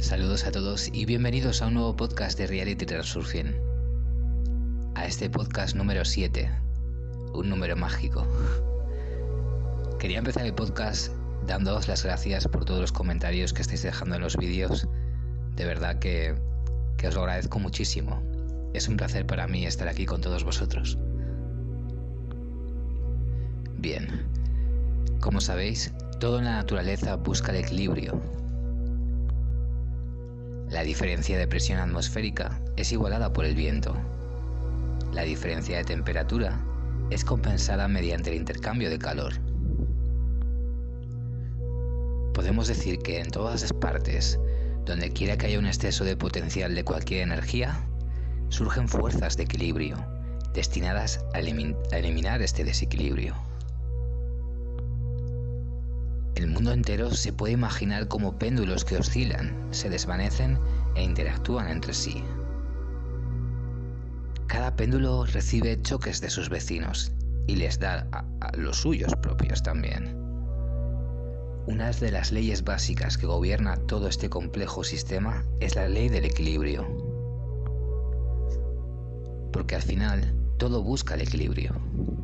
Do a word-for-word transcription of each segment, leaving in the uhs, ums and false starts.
Saludos a todos y bienvenidos a un nuevo podcast de Reality Transurfing. A este podcast número siete, un número mágico. Quería empezar el podcast dándoos las gracias por todos los comentarios que estáis dejando en los vídeos. De verdad que, que os lo agradezco muchísimo. Es un placer para mí estar aquí con todos vosotros. Bien, como sabéis, todo en la naturaleza busca el equilibrio. La diferencia de presión atmosférica es igualada por el viento. La diferencia de temperatura es compensada mediante el intercambio de calor. Podemos decir que en todas las partes, donde quiera que haya un exceso de potencial de cualquier energía, surgen fuerzas de equilibrio, destinadas a, elimin- a eliminar este desequilibrio. El mundo entero se puede imaginar como péndulos que oscilan, se desvanecen e interactúan entre sí. Cada péndulo recibe choques de sus vecinos y les da a, a los suyos propios también. Una de las leyes básicas que gobierna todo este complejo sistema es la ley del equilibrio. Porque al final todo busca el equilibrio.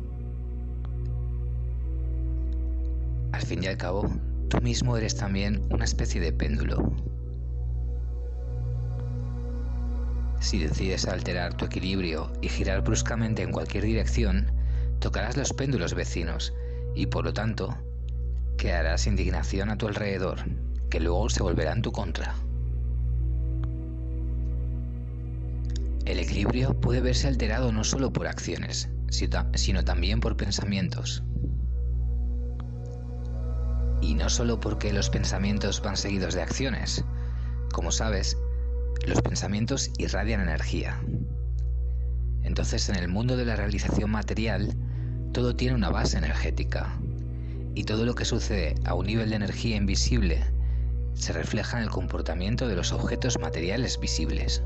Al fin y al cabo, tú mismo eres también una especie de péndulo. Si decides alterar tu equilibrio y girar bruscamente en cualquier dirección, tocarás los péndulos vecinos y, por lo tanto, crearás indignación a tu alrededor, que luego se volverá en tu contra. El equilibrio puede verse alterado no solo por acciones, sino también por pensamientos. Y no solo porque los pensamientos van seguidos de acciones. Como sabes, los pensamientos irradian energía. Entonces, en el mundo de la realización material, todo tiene una base energética. Y todo lo que sucede a un nivel de energía invisible se refleja en el comportamiento de los objetos materiales visibles.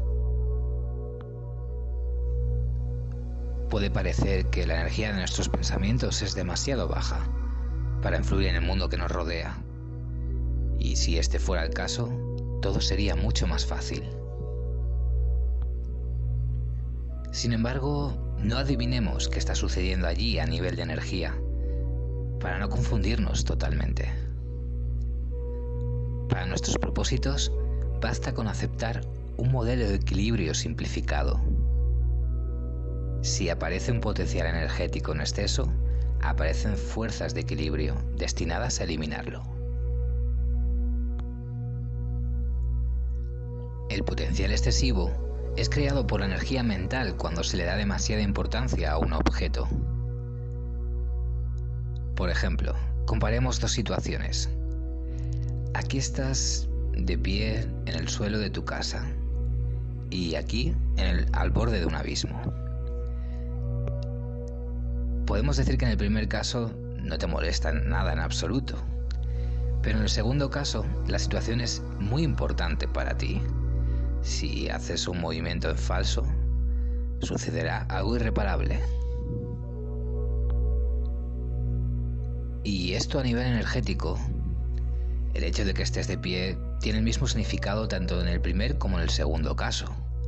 Puede parecer que la energía de nuestros pensamientos es demasiado baja para influir en el mundo que nos rodea. Y si este fuera el caso, todo sería mucho más fácil. Sin embargo, no adivinemos qué está sucediendo allí a nivel de energía, para no confundirnos totalmente. Para nuestros propósitos, basta con aceptar un modelo de equilibrio simplificado. Si aparece un potencial energético en exceso, aparecen fuerzas de equilibrio destinadas a eliminarlo. El potencial excesivo es creado por la energía mental cuando se le da demasiada importancia a un objeto. Por ejemplo, comparemos dos situaciones. Aquí estás de pie en el suelo de tu casa y aquí en el, al borde de un abismo. Podemos decir que en el primer caso no te molesta nada en absoluto, pero en el segundo caso la situación es muy importante para ti. Si haces un movimiento en falso, sucederá algo irreparable. Y esto a nivel energético, el hecho de que estés de pie tiene el mismo significado tanto en el primer como en el segundo caso.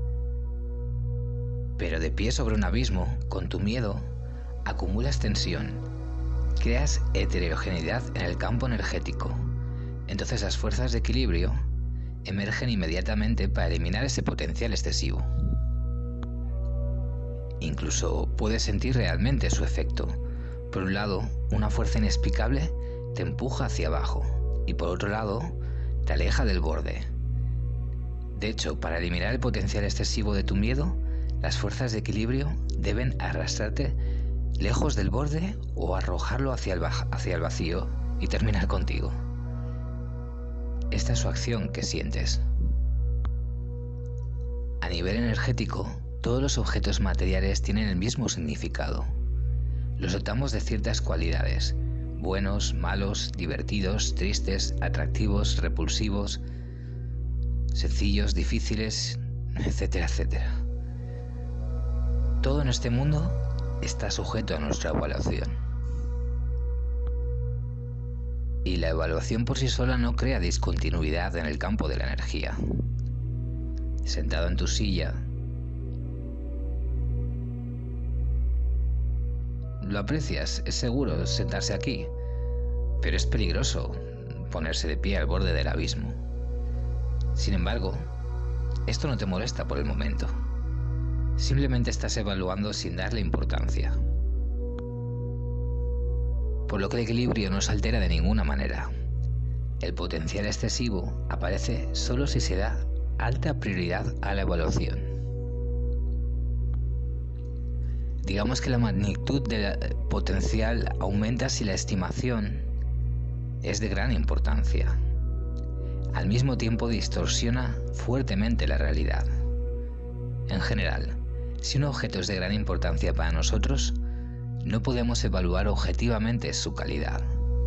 Pero de pie sobre un abismo, con tu miedo, acumulas tensión, creas heterogeneidad en el campo energético. Entonces las fuerzas de equilibrio emergen inmediatamente para eliminar ese potencial excesivo. Incluso puedes sentir realmente su efecto. Por un lado, una fuerza inexplicable te empuja hacia abajo y por otro lado, te aleja del borde. De hecho, para eliminar el potencial excesivo de tu miedo, las fuerzas de equilibrio deben arrastrarte lejos del borde o arrojarlo hacia el, hacia el vacío y terminar contigo. Esta es su acción que sientes. A nivel energético, todos los objetos materiales tienen el mismo significado. Los dotamos de ciertas cualidades: buenos, malos, divertidos, tristes, atractivos, repulsivos, sencillos, difíciles, etcétera, etcétera. Todo en este mundo está sujeto a nuestra evaluación. Y la evaluación por sí sola no crea discontinuidad en el campo de la energía. Sentado en tu silla, lo aprecias, es seguro sentarse aquí, pero es peligroso ponerse de pie al borde del abismo. Sin embargo, esto no te molesta por el momento. Simplemente estás evaluando sin darle importancia. Por lo que el equilibrio no se altera de ninguna manera. El potencial excesivo aparece solo si se da alta prioridad a la evaluación. Digamos que la magnitud del potencial aumenta si la estimación es de gran importancia. Al mismo tiempo distorsiona fuertemente la realidad. En general, si un objeto es de gran importancia para nosotros, no podemos evaluar objetivamente su calidad.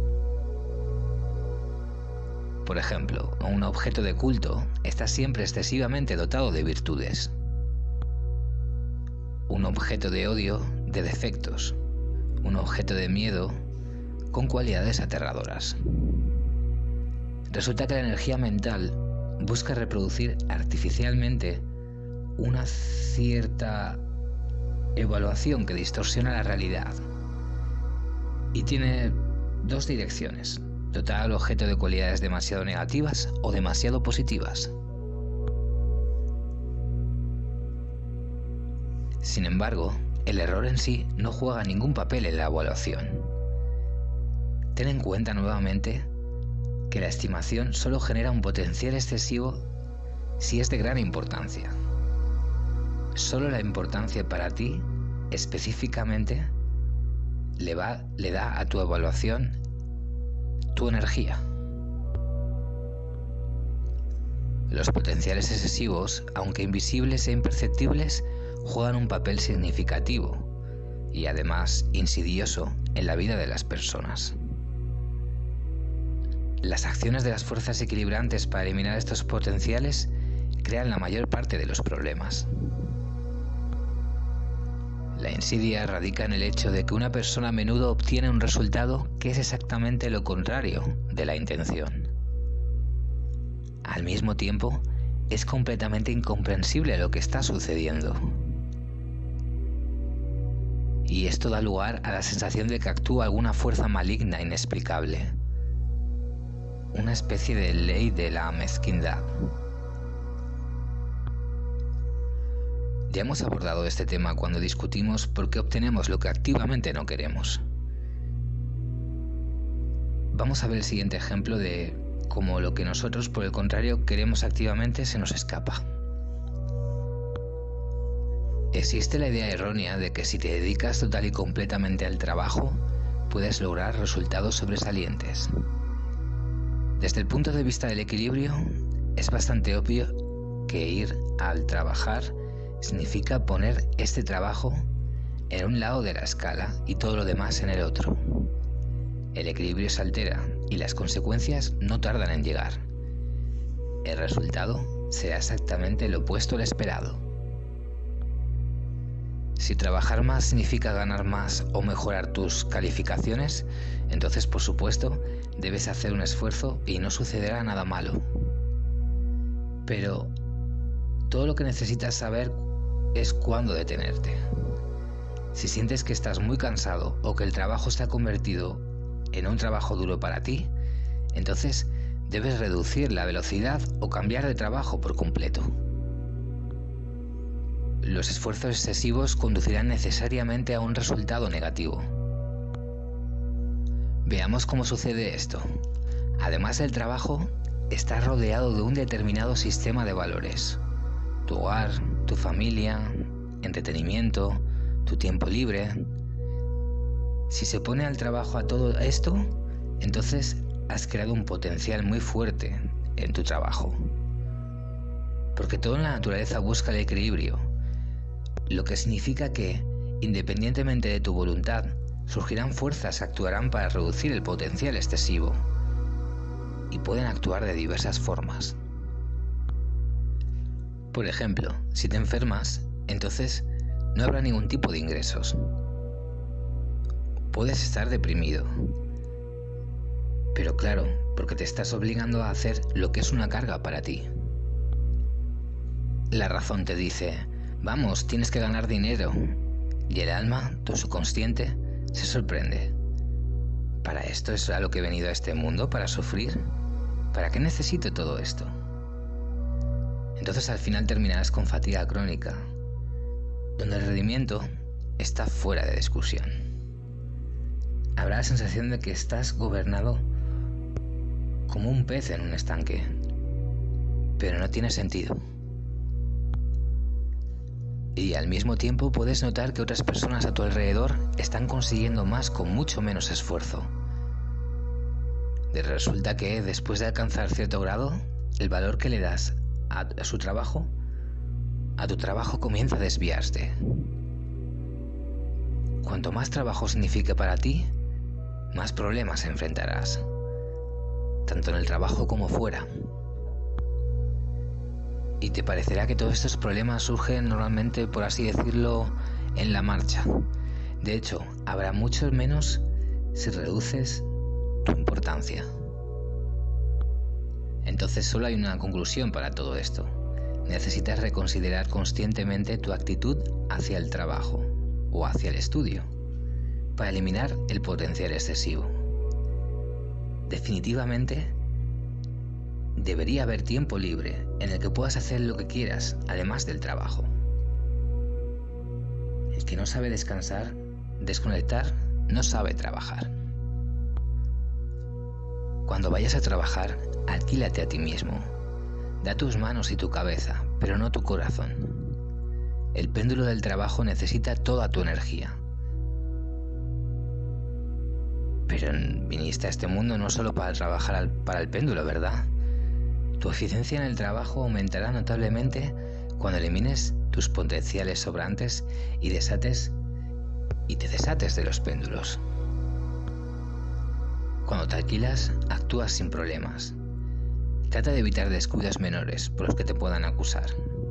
Por ejemplo, un objeto de culto está siempre excesivamente dotado de virtudes. Un objeto de odio, de defectos. Un objeto de miedo, con cualidades aterradoras. Resulta que la energía mental busca reproducir artificialmente una cierta evaluación que distorsiona la realidad y tiene dos direcciones: dotar al objeto de cualidades demasiado negativas o demasiado positivas. Sin embargo, el error en sí no juega ningún papel en la evaluación. Ten en cuenta nuevamente que la estimación solo genera un potencial excesivo si es de gran importancia. Solo la importancia para ti, específicamente, le, va, le da a tu evaluación tu energía. Los potenciales excesivos, aunque invisibles e imperceptibles, juegan un papel significativo y además insidioso en la vida de las personas. Las acciones de las fuerzas equilibrantes para eliminar estos potenciales crean la mayor parte de los problemas. La insidia radica en el hecho de que una persona a menudo obtiene un resultado que es exactamente lo contrario de la intención. Al mismo tiempo, es completamente incomprensible lo que está sucediendo. Y esto da lugar a la sensación de que actúa alguna fuerza maligna inexplicable. Una especie de ley de la mezquindad. Ya hemos abordado este tema cuando discutimos por qué obtenemos lo que activamente no queremos. Vamos a ver el siguiente ejemplo de cómo lo que nosotros, por el contrario, queremos activamente se nos escapa. Existe la idea errónea de que si te dedicas total y completamente al trabajo, puedes lograr resultados sobresalientes. Desde el punto de vista del equilibrio, es bastante obvio que ir al trabajar significa poner este trabajo en un lado de la escala y todo lo demás en el otro. El equilibrio se altera y las consecuencias no tardan en llegar. El resultado será exactamente lo opuesto al esperado. Si trabajar más significa ganar más o mejorar tus calificaciones, entonces por supuesto debes hacer un esfuerzo y no sucederá nada malo. Pero todo lo que necesitas saber es cuándo detenerte. Si sientes que estás muy cansado o que el trabajo se ha convertido en un trabajo duro para ti, entonces debes reducir la velocidad o cambiar de trabajo por completo. Los esfuerzos excesivos conducirán necesariamente a un resultado negativo. Veamos cómo sucede esto. Además del trabajo, estás rodeado de un determinado sistema de valores. Tu hogar, tu familia, entretenimiento, tu tiempo libre. Si se pone al trabajo a todo esto, entonces has creado un potencial muy fuerte en tu trabajo. Porque todo en la naturaleza busca el equilibrio, lo que significa que, independientemente de tu voluntad, surgirán fuerzas que actuarán para reducir el potencial excesivo y pueden actuar de diversas formas. Por ejemplo, si te enfermas, entonces no habrá ningún tipo de ingresos. Puedes estar deprimido, Pero claro, porque te estás obligando a hacer lo que es una carga para ti. La razón te dice, vamos, tienes que ganar dinero. Y el alma, tu subconsciente, se sorprende. ¿Para esto es a lo que he venido a este mundo? ¿Para sufrir? ¿Para qué necesito todo esto? Entonces al final terminarás con fatiga crónica, donde el rendimiento está fuera de discusión. Habrá la sensación de que estás gobernado como un pez en un estanque, pero no tiene sentido. Y al mismo tiempo puedes notar que otras personas a tu alrededor están consiguiendo más con mucho menos esfuerzo. Resulta que después de alcanzar cierto grado, el valor que le das a su trabajo, a tu trabajo comienza a desviarse. Cuanto más trabajo signifique para ti, más problemas enfrentarás, tanto en el trabajo como fuera. Y te parecerá que todos estos problemas surgen normalmente, por así decirlo, en la marcha. De hecho, habrá mucho menos si reduces tu importancia. Entonces solo hay una conclusión para todo esto. Necesitas reconsiderar conscientemente tu actitud hacia el trabajo o hacia el estudio para eliminar el potencial excesivo. Definitivamente, debería haber tiempo libre en el que puedas hacer lo que quieras, además del trabajo. El que no sabe descansar, desconectar, no sabe trabajar. Cuando vayas a trabajar, alquílate a ti mismo. Da tus manos y tu cabeza, pero no tu corazón. El péndulo del trabajo necesita toda tu energía. Pero viniste a este mundo no solo para trabajar al, para el péndulo, ¿verdad? Tu eficiencia en el trabajo aumentará notablemente cuando elimines tus potenciales sobrantes y desates y te desates de los péndulos. Cuando te alquilas, actúas sin problemas. Trata de evitar descuidos menores por los que te puedan acusar.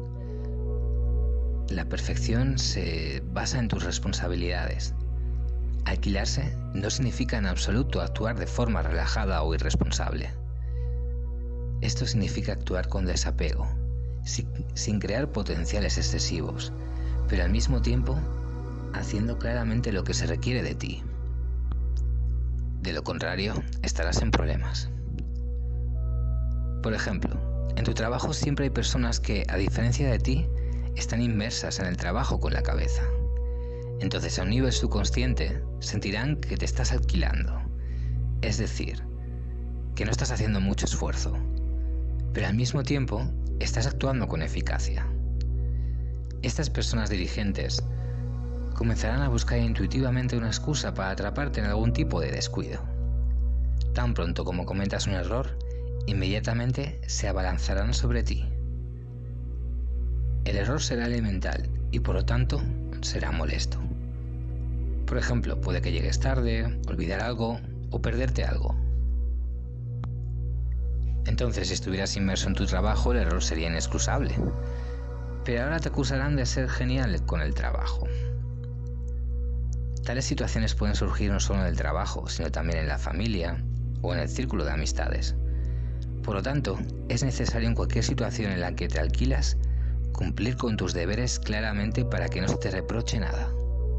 La perfección se basa en tus responsabilidades. Alquilarse no significa en absoluto actuar de forma relajada o irresponsable. Esto significa actuar con desapego, sin, sin crear potenciales excesivos, pero al mismo tiempo haciendo claramente lo que se requiere de ti. De lo contrario, estarás en problemas. Por ejemplo, en tu trabajo siempre hay personas que, a diferencia de ti, están inmersas en el trabajo con la cabeza. Entonces, a un nivel subconsciente, sentirán que te estás alquilando. Es decir, que no estás haciendo mucho esfuerzo, pero al mismo tiempo estás actuando con eficacia. Estas personas dirigentes comenzarán a buscar intuitivamente una excusa para atraparte en algún tipo de descuido. Tan pronto como cometas un error, inmediatamente se abalanzarán sobre ti. El error será elemental y por lo tanto será molesto. Por ejemplo, puede que llegues tarde, olvidar algo o perderte algo. Entonces, si estuvieras inmerso en tu trabajo, el error sería inexcusable. Pero ahora te acusarán de ser genial con el trabajo. Tales situaciones pueden surgir no solo en el trabajo, sino también en la familia o en el círculo de amistades. Por lo tanto, es necesario en cualquier situación en la que te alquilas, cumplir con tus deberes claramente para que no se te reproche nada.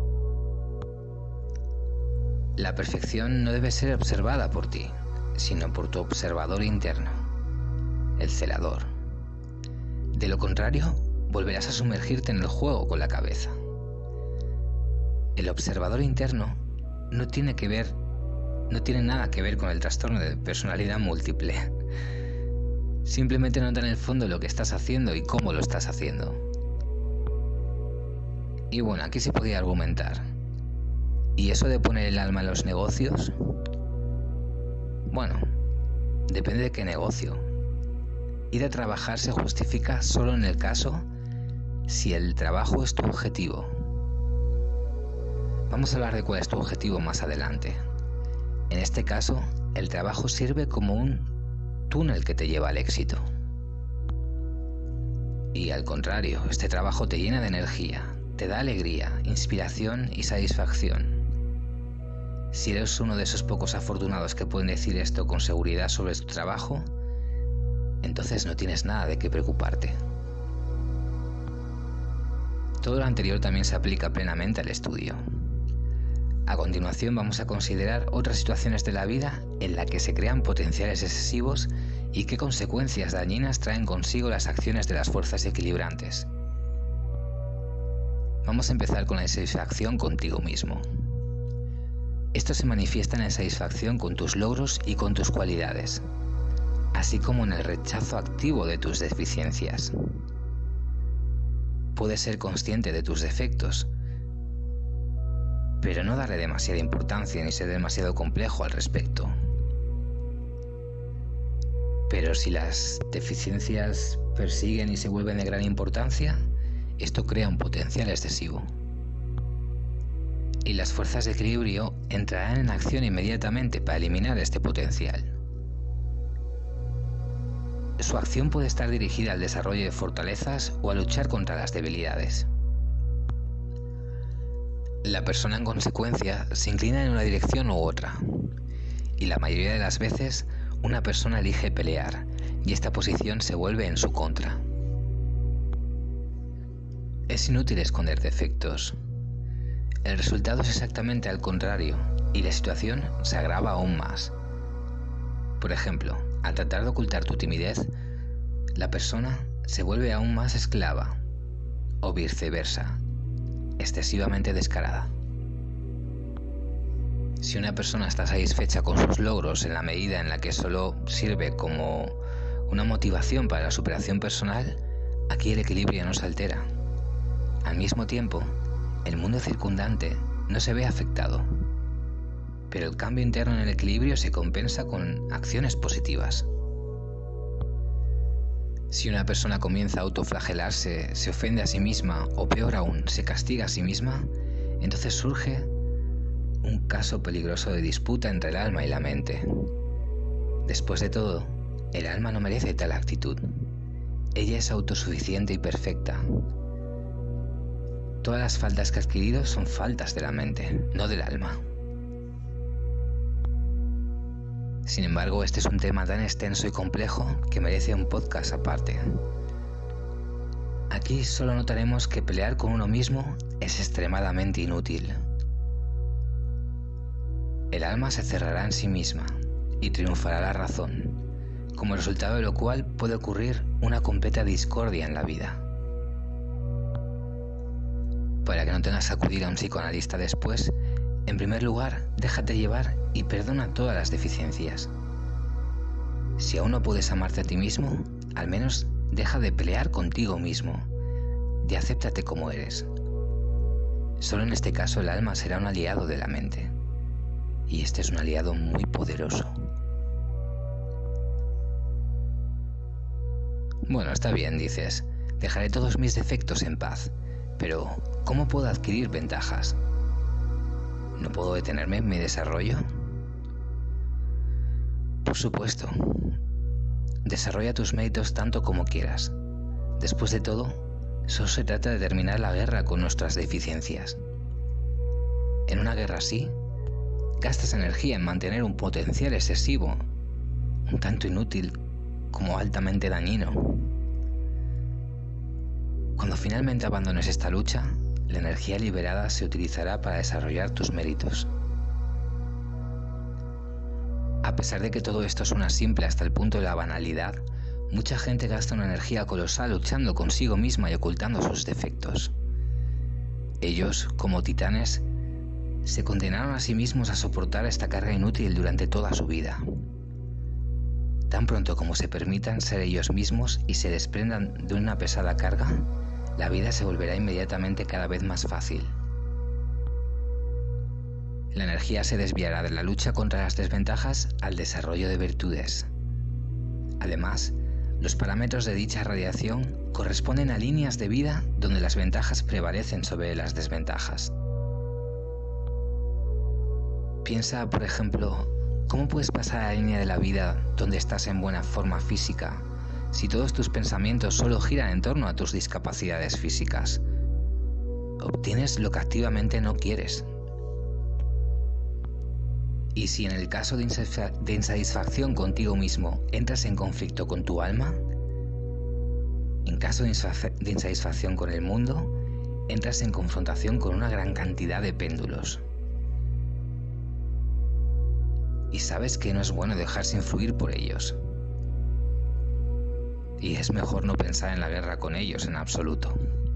La perfección no debe ser observada por ti, sino por tu observador interno, el celador. De lo contrario, volverás a sumergirte en el juego con la cabeza. El observador interno no tiene que ver, no tiene nada que ver con el trastorno de personalidad múltiple. Simplemente nota en el fondo lo que estás haciendo y cómo lo estás haciendo. Y bueno, aquí se podía argumentar. ¿Y eso de poner el alma en los negocios? Bueno, depende de qué negocio. Ir a trabajar se justifica solo en el caso si el trabajo es tu objetivo. Vamos a hablar de cuál es tu objetivo más adelante. En este caso, el trabajo sirve como un túnel que te lleva al éxito. Y al contrario, este trabajo te llena de energía, te da alegría, inspiración y satisfacción. Si eres uno de esos pocos afortunados que pueden decir esto con seguridad sobre tu trabajo, entonces no tienes nada de qué preocuparte. Todo lo anterior también se aplica plenamente al estudio. A continuación vamos a considerar otras situaciones de la vida en las que se crean potenciales excesivos y qué consecuencias dañinas traen consigo las acciones de las fuerzas equilibrantes. Vamos a empezar con la insatisfacción contigo mismo. Esto se manifiesta en la insatisfacción con tus logros y con tus cualidades, así como en el rechazo activo de tus deficiencias. Puedes ser consciente de tus defectos, pero no darle demasiada importancia ni ser demasiado complejo al respecto. Pero si las deficiencias persiguen y se vuelven de gran importancia, esto crea un potencial excesivo. Y las fuerzas de equilibrio entrarán en acción inmediatamente para eliminar este potencial. Su acción puede estar dirigida al desarrollo de fortalezas o a luchar contra las debilidades. La persona en consecuencia se inclina en una dirección u otra, y la mayoría de las veces una persona elige pelear y esta posición se vuelve en su contra. Es inútil esconder defectos. El resultado es exactamente al contrario y la situación se agrava aún más. Por ejemplo, al tratar de ocultar tu timidez, la persona se vuelve aún más esclava, o viceversa, excesivamente descarada. Si una persona está satisfecha con sus logros en la medida en la que solo sirve como una motivación para la superación personal, aquí el equilibrio no se altera. Al mismo tiempo, el mundo circundante no se ve afectado, pero el cambio interno en el equilibrio se compensa con acciones positivas. Si una persona comienza a autoflagelarse, se ofende a sí misma o peor aún, se castiga a sí misma, entonces surge un caso peligroso de disputa entre el alma y la mente. Después de todo, el alma no merece tal actitud. Ella es autosuficiente y perfecta. Todas las faltas que ha adquirido son faltas de la mente, no del alma. Sin embargo, este es un tema tan extenso y complejo que merece un podcast aparte. Aquí solo notaremos que pelear con uno mismo es extremadamente inútil. El alma se cerrará en sí misma y triunfará la razón, como resultado de lo cual puede ocurrir una completa discordia en la vida. Para que no tengas que acudir a un psicoanalista después, en primer lugar, déjate llevar y perdona todas las deficiencias. Si aún no puedes amarte a ti mismo, al menos deja de pelear contigo mismo y acéptate como eres. Solo en este caso el alma será un aliado de la mente, y este es un aliado muy poderoso. Bueno, está bien, dices, dejaré todos mis defectos en paz, pero ¿cómo puedo adquirir ventajas? ¿No puedo detenerme en mi desarrollo? Por supuesto. Desarrolla tus méritos tanto como quieras. Después de todo, solo se trata de terminar la guerra con nuestras deficiencias. En una guerra así, gastas energía en mantener un potencial excesivo, un tanto inútil como altamente dañino. Cuando finalmente abandones esta lucha, la energía liberada se utilizará para desarrollar tus méritos. A pesar de que todo esto suena simple hasta el punto de la banalidad, mucha gente gasta una energía colosal luchando consigo misma y ocultando sus defectos. Ellos, como titanes, se condenaron a sí mismos a soportar esta carga inútil durante toda su vida. Tan pronto como se permitan ser ellos mismos y se desprendan de una pesada carga, la vida se volverá inmediatamente cada vez más fácil. La energía se desviará de la lucha contra las desventajas al desarrollo de virtudes. Además, los parámetros de dicha radiación corresponden a líneas de vida donde las ventajas prevalecen sobre las desventajas. Piensa, por ejemplo, ¿cómo puedes pasar a la línea de la vida donde estás en buena forma física si todos tus pensamientos solo giran en torno a tus discapacidades físicas? Obtienes lo que activamente no quieres. Y si en el caso de, insatisfa- de insatisfacción contigo mismo entras en conflicto con tu alma, en caso de, insaf- de insatisfacción con el mundo, entras en confrontación con una gran cantidad de péndulos. Y sabes que no es bueno dejarse influir por ellos. Y es mejor no pensar en la guerra con ellos en absoluto.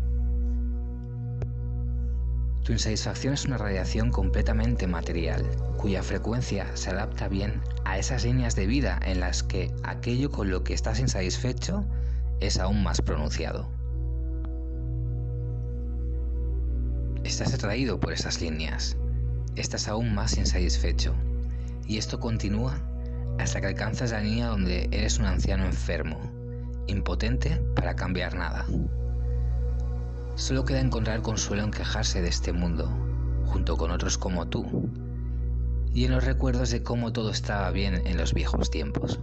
Tu insatisfacción es una radiación completamente material, cuya frecuencia se adapta bien a esas líneas de vida en las que aquello con lo que estás insatisfecho es aún más pronunciado. Estás atraído por esas líneas, estás aún más insatisfecho, y esto continúa hasta que alcanzas la línea donde eres un anciano enfermo, impotente para cambiar nada. Solo queda encontrar consuelo en quejarse de este mundo, junto con otros como tú, y en los recuerdos de cómo todo estaba bien en los viejos tiempos.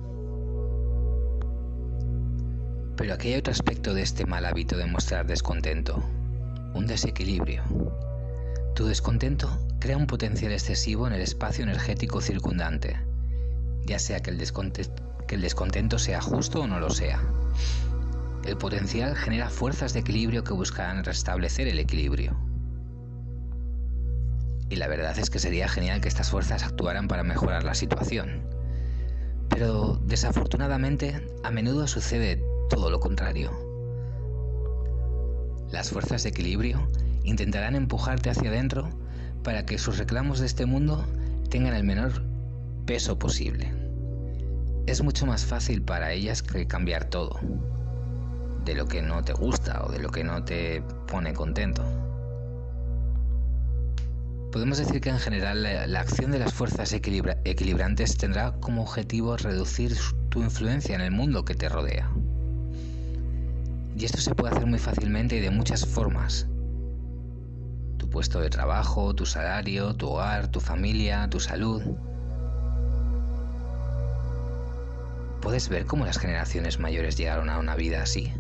Pero aquí hay otro aspecto de este mal hábito de mostrar descontento, un desequilibrio. Tu descontento crea un potencial excesivo en el espacio energético circundante, ya sea que el, desconte- que el descontento sea justo o no lo sea. El potencial genera fuerzas de equilibrio que buscarán restablecer el equilibrio. Y la verdad es que sería genial que estas fuerzas actuaran para mejorar la situación. Pero desafortunadamente, a menudo sucede todo lo contrario. Las fuerzas de equilibrio intentarán empujarte hacia adentro para que sus reclamos de este mundo tengan el menor peso posible. Es mucho más fácil para ellas que cambiar todo, de lo que no te gusta o de lo que no te pone contento. Podemos decir que en general la, la acción de las fuerzas equilibra, equilibrantes tendrá como objetivo reducir tu influencia en el mundo que te rodea. Y esto se puede hacer muy fácilmente y de muchas formas. Tu puesto de trabajo, tu salario, tu hogar, tu familia, tu salud. ¿Puedes ver cómo las generaciones mayores llegaron a una vida así?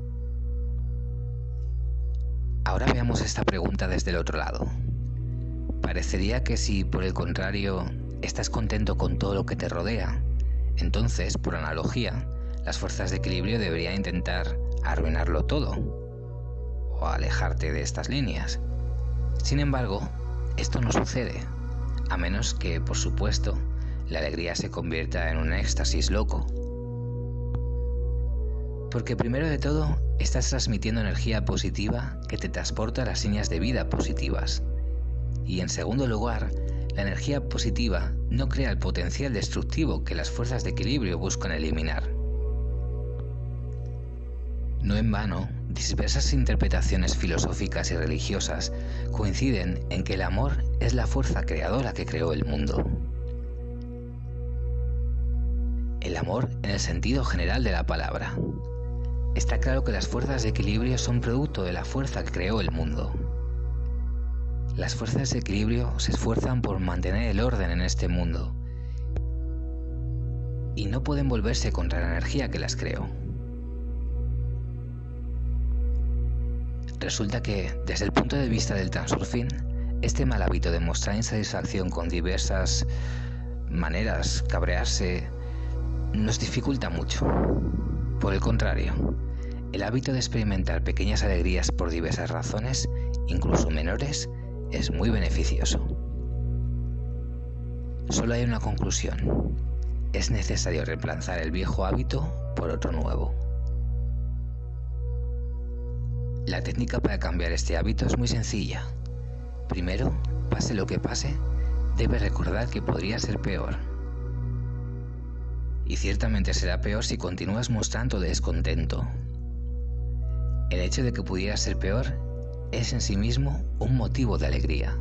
Ahora veamos esta pregunta desde el otro lado. Parecería que si, por el contrario, estás contento con todo lo que te rodea, entonces, por analogía, las fuerzas de equilibrio deberían intentar arruinarlo todo o alejarte de estas líneas. Sin embargo, esto no sucede, a menos que, por supuesto, la alegría se convierta en un éxtasis loco. Porque primero de todo, estás transmitiendo energía positiva que te transporta a las líneas de vida positivas. Y en segundo lugar, la energía positiva no crea el potencial destructivo que las fuerzas de equilibrio buscan eliminar. No en vano, diversas interpretaciones filosóficas y religiosas coinciden en que el amor es la fuerza creadora que creó el mundo. El amor en el sentido general de la palabra. Está claro que las fuerzas de equilibrio son producto de la fuerza que creó el mundo. Las fuerzas de equilibrio se esfuerzan por mantener el orden en este mundo y no pueden volverse contra la energía que las creó. Resulta que, desde el punto de vista del transurfing, este mal hábito de mostrar insatisfacción con diversas maneras, cabrearse, nos dificulta mucho. Por el contrario, el hábito de experimentar pequeñas alegrías por diversas razones, incluso menores, es muy beneficioso. Solo hay una conclusión. Es necesario reemplazar el viejo hábito por otro nuevo. La técnica para cambiar este hábito es muy sencilla. Primero, pase lo que pase, debes recordar que podría ser peor. Y ciertamente será peor si continúas mostrando descontento. El hecho de que pudiera ser peor es en sí mismo un motivo de alegría.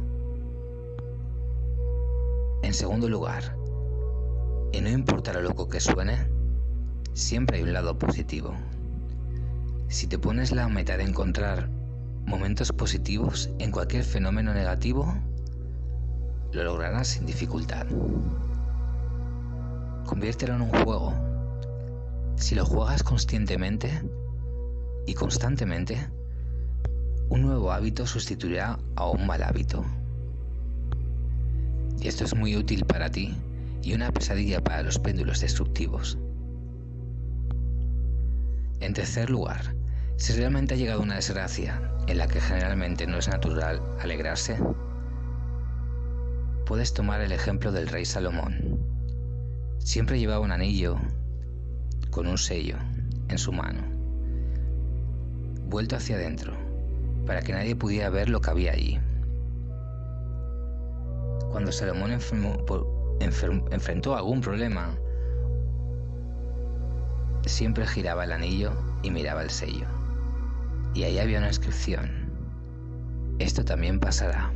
En segundo lugar, y no importa lo loco que suene, siempre hay un lado positivo. Si te pones la meta de encontrar momentos positivos en cualquier fenómeno negativo, lo lograrás sin dificultad. Conviértelo en un juego. Si lo juegas conscientemente y constantemente, un nuevo hábito sustituirá a un mal hábito. Y esto es muy útil para ti y una pesadilla para los péndulos destructivos. En tercer lugar, si realmente ha llegado una desgracia en la que generalmente no es natural alegrarse, puedes tomar el ejemplo del rey Salomón. Siempre llevaba un anillo con un sello en su mano, vuelto hacia adentro, para que nadie pudiera ver lo que había allí. Cuando Salomón enfermó, enfer, enfrentó algún problema, siempre giraba el anillo y miraba el sello. Y ahí había una inscripción: esto también pasará.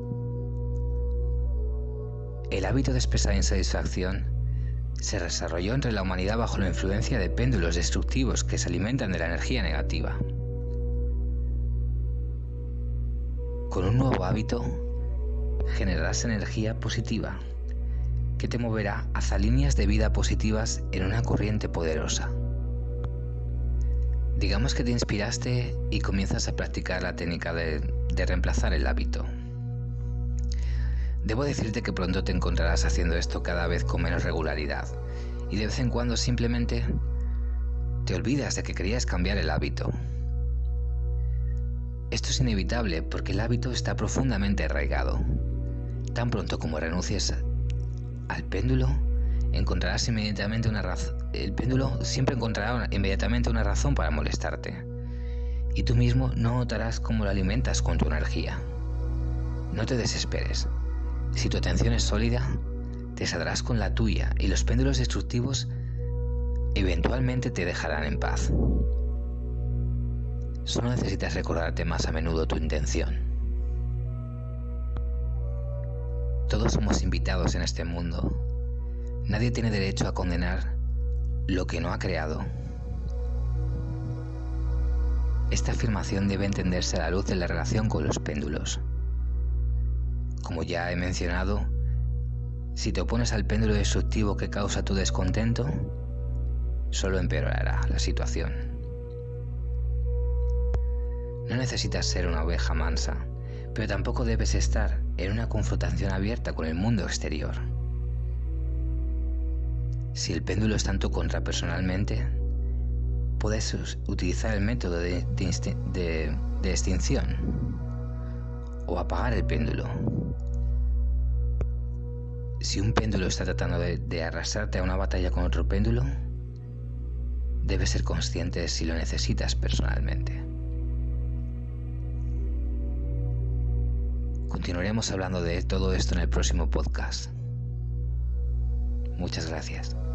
El hábito de expresar insatisfacción se desarrolló entre la humanidad bajo la influencia de péndulos destructivos que se alimentan de la energía negativa. Con un nuevo hábito, generarás energía positiva que te moverá hacia líneas de vida positivas en una corriente poderosa. Digamos que te inspiraste y comienzas a practicar la técnica de, de reemplazar el hábito. Debo decirte que pronto te encontrarás haciendo esto cada vez con menos regularidad y de vez en cuando simplemente te olvidas de que querías cambiar el hábito. Esto es inevitable porque el hábito está profundamente arraigado. Tan pronto como renuncies al péndulo, encontrarás inmediatamente una razón. El péndulo siempre encontrará una, inmediatamente una razón para molestarte. Y tú mismo no notarás cómo lo alimentas con tu energía. No te desesperes. Si tu atención es sólida, te saldrás con la tuya y los péndulos destructivos eventualmente te dejarán en paz. Solo necesitas recordarte más a menudo tu intención. Todos somos invitados en este mundo. Nadie tiene derecho a condenar lo que no ha creado. Esta afirmación debe entenderse a la luz de la relación con los péndulos. Como ya he mencionado, si te opones al péndulo destructivo que causa tu descontento, solo empeorará la situación. No necesitas ser una oveja mansa, pero tampoco debes estar en una confrontación abierta con el mundo exterior. Si el péndulo está en tu contra personalmente, puedes utilizar el método de, de, de, de extinción o apagar el péndulo. Si un péndulo está tratando de, de arrastrarte a una batalla con otro péndulo, debes ser consciente de si lo necesitas personalmente. Continuaremos hablando de todo esto en el próximo podcast. Muchas gracias.